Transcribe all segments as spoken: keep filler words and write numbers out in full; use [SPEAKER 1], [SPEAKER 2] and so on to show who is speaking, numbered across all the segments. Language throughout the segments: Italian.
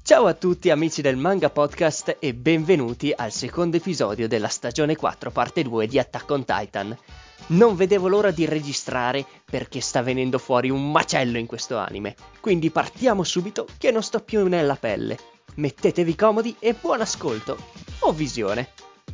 [SPEAKER 1] Ciao a tutti amici del Manga Podcast e benvenuti al secondo episodio della stagione quattro parte due di Attack on Titan. Non vedevo l'ora di registrare perché sta venendo fuori un macello in questo anime, quindi partiamo subito che non sto più nella pelle. Mettetevi comodi e buon ascolto, o visione.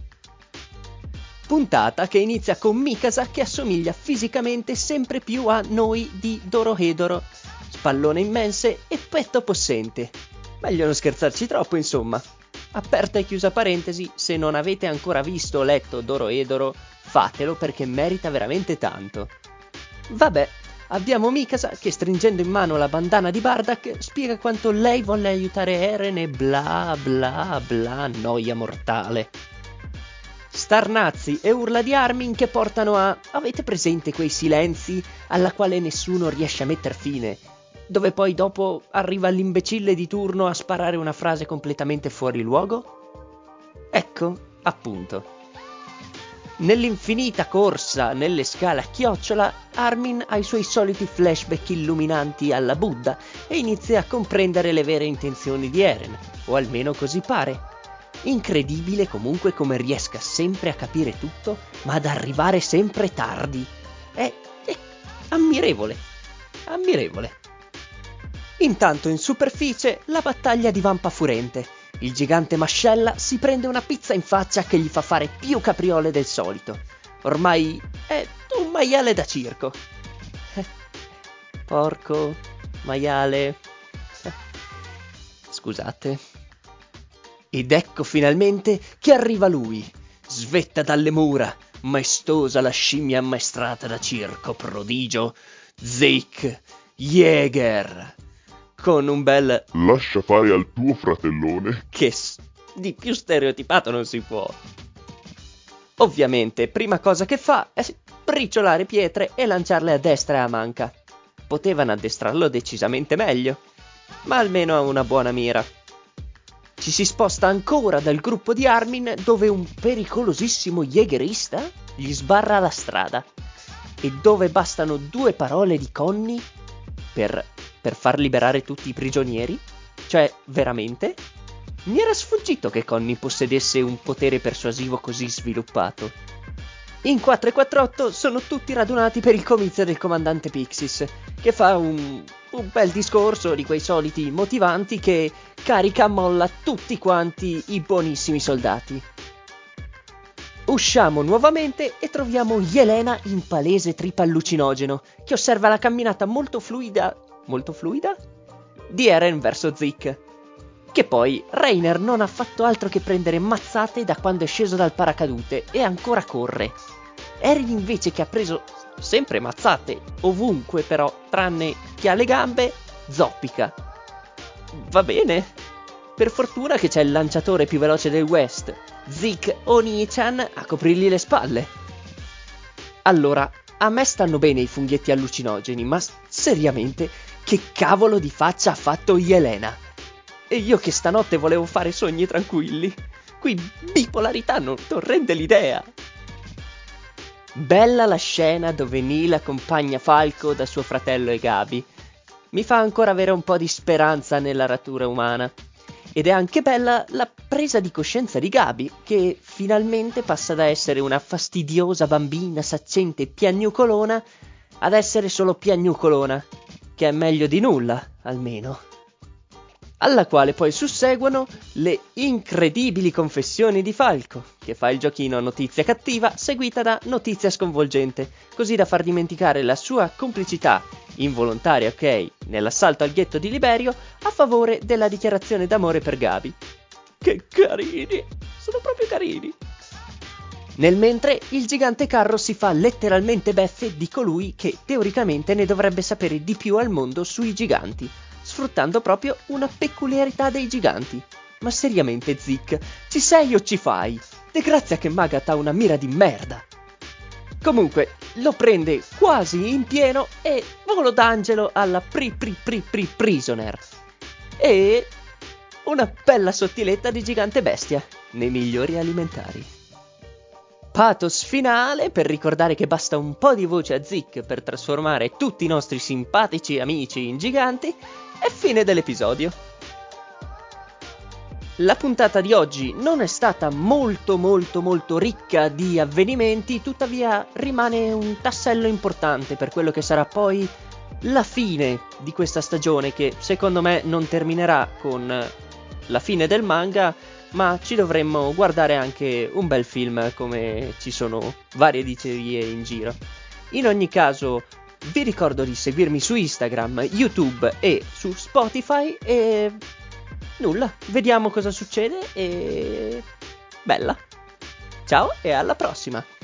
[SPEAKER 1] Puntata che inizia con Mikasa che assomiglia fisicamente sempre più a noi di Dorohedoro, spallone immense e petto possente. Meglio non scherzarci troppo, insomma. Aperta e chiusa parentesi, se non avete ancora visto o letto Dorohedoro, fatelo perché merita veramente tanto. Vabbè, abbiamo Mikasa che stringendo in mano la bandana di Bardock spiega quanto lei volle aiutare Eren e bla bla bla, noia mortale. Starnazzi e urla di Armin che portano a... Avete presente quei silenzi alla quale nessuno riesce a metter fine? Dove poi dopo arriva l'imbecille di turno a sparare una frase completamente fuori luogo? Ecco, appunto. Nell'infinita corsa nelle scale a chiocciola, Armin ha i suoi soliti flashback illuminanti alla Buddha e inizia a comprendere le vere intenzioni di Eren, o almeno così pare. Incredibile comunque come riesca sempre a capire tutto, ma ad arrivare sempre tardi. È, è ammirevole, ammirevole. Intanto in superficie la battaglia divampa furente. Il gigante mascella si prende una pizza in faccia che gli fa fare più capriole del solito. Ormai è un maiale da circo. Eh, porco, maiale. Eh, scusate. Ed ecco finalmente che arriva lui. Svetta dalle mura, maestosa la scimmia ammaestrata da circo prodigio, Zeke Yeager. Con un bel
[SPEAKER 2] lascia fare al tuo fratellone,
[SPEAKER 1] che s- di più stereotipato non si può. Ovviamente, prima cosa che fa è briciolare pietre e lanciarle a destra e a manca. Potevano addestrarlo decisamente meglio, ma almeno ha una buona mira. Ci si sposta ancora dal gruppo di Armin dove un pericolosissimo jägerista gli sbarra la strada e dove bastano due parole di Connie per... per far liberare tutti i prigionieri? Cioè, veramente? Mi era sfuggito che Connie possedesse un potere persuasivo così sviluppato. In quattro e quarantotto sono tutti radunati per il comizio del comandante Pixis, che fa un, un bel discorso di quei soliti motivanti che carica a molla tutti quanti i buonissimi soldati. Usciamo nuovamente e troviamo Yelena in palese trip allucinogeno, che osserva la camminata molto fluida... molto fluida? Di Eren verso Zeke. Che poi Reiner non ha fatto altro che prendere mazzate da quando è sceso dal paracadute e ancora corre. Eren invece che ha preso sempre mazzate, ovunque però, tranne che ha le gambe, zoppica. Va bene. Per fortuna che c'è il lanciatore più veloce del West, Zeke Oni-chan, a coprirgli le spalle. Allora, a me stanno bene i funghetti allucinogeni, ma seriamente, che cavolo di faccia ha fatto Yelena? E io che stanotte volevo fare sogni tranquilli. Qui bipolarità non, non rende l'idea. Bella la scena dove Neil accompagna Falco da suo fratello e Gabi. Mi fa ancora avere un po' di speranza nella natura umana. Ed è anche bella la presa di coscienza di Gabi, che finalmente passa da essere una fastidiosa bambina saccente e piagnucolona ad essere solo piagnucolona, che è meglio di nulla, almeno. Alla quale poi susseguono le incredibili confessioni di Falco, che fa il giochino notizia cattiva seguita da notizia sconvolgente, così da far dimenticare la sua complicità, involontaria ok, nell'assalto al ghetto di Liberio a favore della dichiarazione d'amore per Gabi. Che carini, sono proprio carini. Nel mentre il gigante carro si fa letteralmente beffe di colui che teoricamente ne dovrebbe sapere di più al mondo sui giganti, sfruttando proprio una peculiarità dei giganti. Ma seriamente Zeke, ci sei o ci fai? De grazia che Magat ha una mira di merda. Comunque, lo prende quasi in pieno e volo d'angelo alla pri pri pri pri prisoner. E una bella sottiletta di gigante bestia, nei migliori alimentari. Pathos finale per ricordare che basta un po' di voce a Zeke per trasformare tutti i nostri simpatici amici in giganti e fine dell'episodio. La puntata di oggi non è stata molto molto molto ricca di avvenimenti, tuttavia rimane un tassello importante per quello che sarà poi la fine di questa stagione, che secondo me non terminerà con la fine del manga, ma ci dovremmo guardare anche un bel film, come ci sono varie dicerie in giro. In ogni caso vi ricordo di seguirmi su Instagram, YouTube e su Spotify e nulla, vediamo cosa succede e bella. Ciao e alla prossima!